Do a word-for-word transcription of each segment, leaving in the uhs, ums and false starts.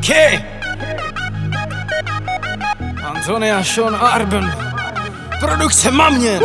Key Antonia Sean Arben. Produkce Maměn.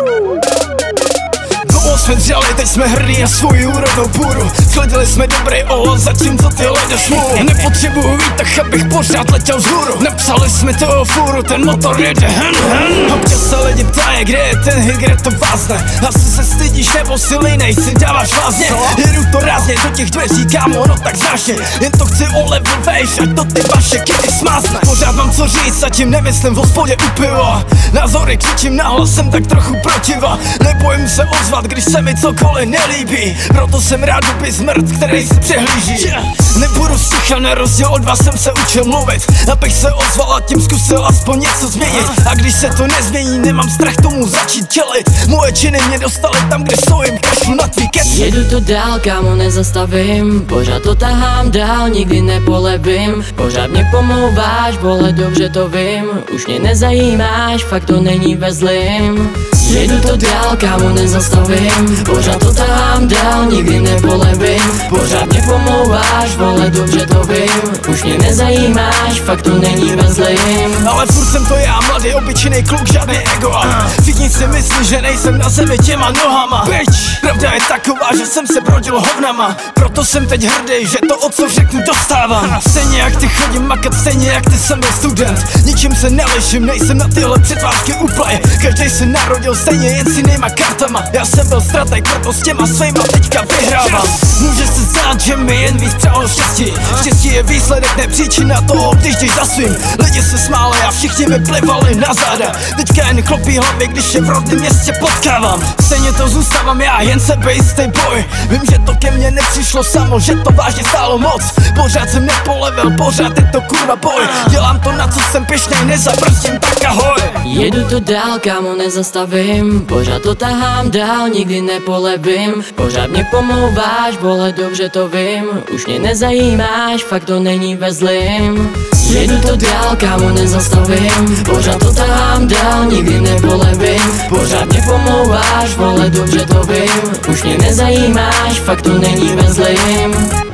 Dlouho jsme dřeli, teď jsme hrdí na svůj úrodnou půdu. Sklidili jsme dobrý ohlas, zatímco ty lidi smůlu. Nepotřebuju výtah, abych pořád letěl vzhůru. Napsali jsme toho fůru, ten motor jede hen hen. Občas se lidi ptají, kde je ten hit, kde to vázne. Asi se stydíš nebo si línej, si dáváš vázně. Jedu to rázně do těch dveří, kámo, no tak značně. Jen to chci o level vejš, ať to ty vaše kyty smázne. Pořád mám co říct, zatím nemyslím v hospodě u piva. Názory křičím nahlas, jsem tak trochu protiva. Nebojím se ozvat, když se mi cokoliv nelíbí. Proto jsem rád dopis mrd, který si přehlíží. Nebudu sticha, na rozdíl od vás jsem se učil mluvit, abych se ozval a tím zkusil aspoň něco změnit. A když se to nezmění, nemám strach tomu začít čelit. Moje činy mě dostaly tam, kde jsou, jim kašlu na tvý keci. Jedu to dál, kámo, nezastavím. Pořád to tahám dál, nikdy nepolevím. Pořád mě pomlouváš, vole, dobře to vím. Už mě nezajímáš, fakt to není ve zlým. Jedu to dál, kámo, nezastavím. Pořád to tahám dál, nikdy nepolevím. Pořád mě pomlouváš, vole, dobře to vím. Už mě nezajímáš, fakt to není ve zlým. Ale furt jsem to já, mladý, obyčejný kluk, žádný ego. Všichni si myslí, že nejsem na zemi těma nohama. Bitch, pravda je taková, že jsem se brodil hovnama. Proto jsem teď hrdý, že to, o co řeknu, dostávám. Stejně jak ty chodím makat, stejně jak ty jsem byl student. Ničím se neliším, nejsem na tyhle předvážky úplně. Každý se narodil stejně, jen s jinýma kartama. Já jsem byl strateg, proto s těma svýma teďka vyhrávám. Může se zdát, že mi jen víc přálo štěstí. Štěstí je výsledek, ne příčina toho, když jdeš za svým. Lidi se smáli a všichni mi plivali na záda. Teďka jen chlopí hlavy, když je v rodném městě potkávám. Stejně to zůstávám já, jen sebejistý boj. Vím, že to ke mně nepřišlo samo, že to vážně stálo moc. Pořád jsem nepolevil, pořád je to kurva boj. Dělám to, na co jsem pyšnej, nezabrzdím, tak ahoj. Jedu to dál, kámo, nezastavím. Pořád to tahám dál, nikdy nepolevím. Pořád mě pomlouváš, vole, dobře to vím. Už mě nezajímáš, fakt to není ve zlým. Jedu to dál, kámo, nezastavím. Pořád to tahám dál, nikdy nepolevím. Pořád mě pomlouváš, vole, dobře to vím. Už mě nezajímáš, fakt to není ve zlým.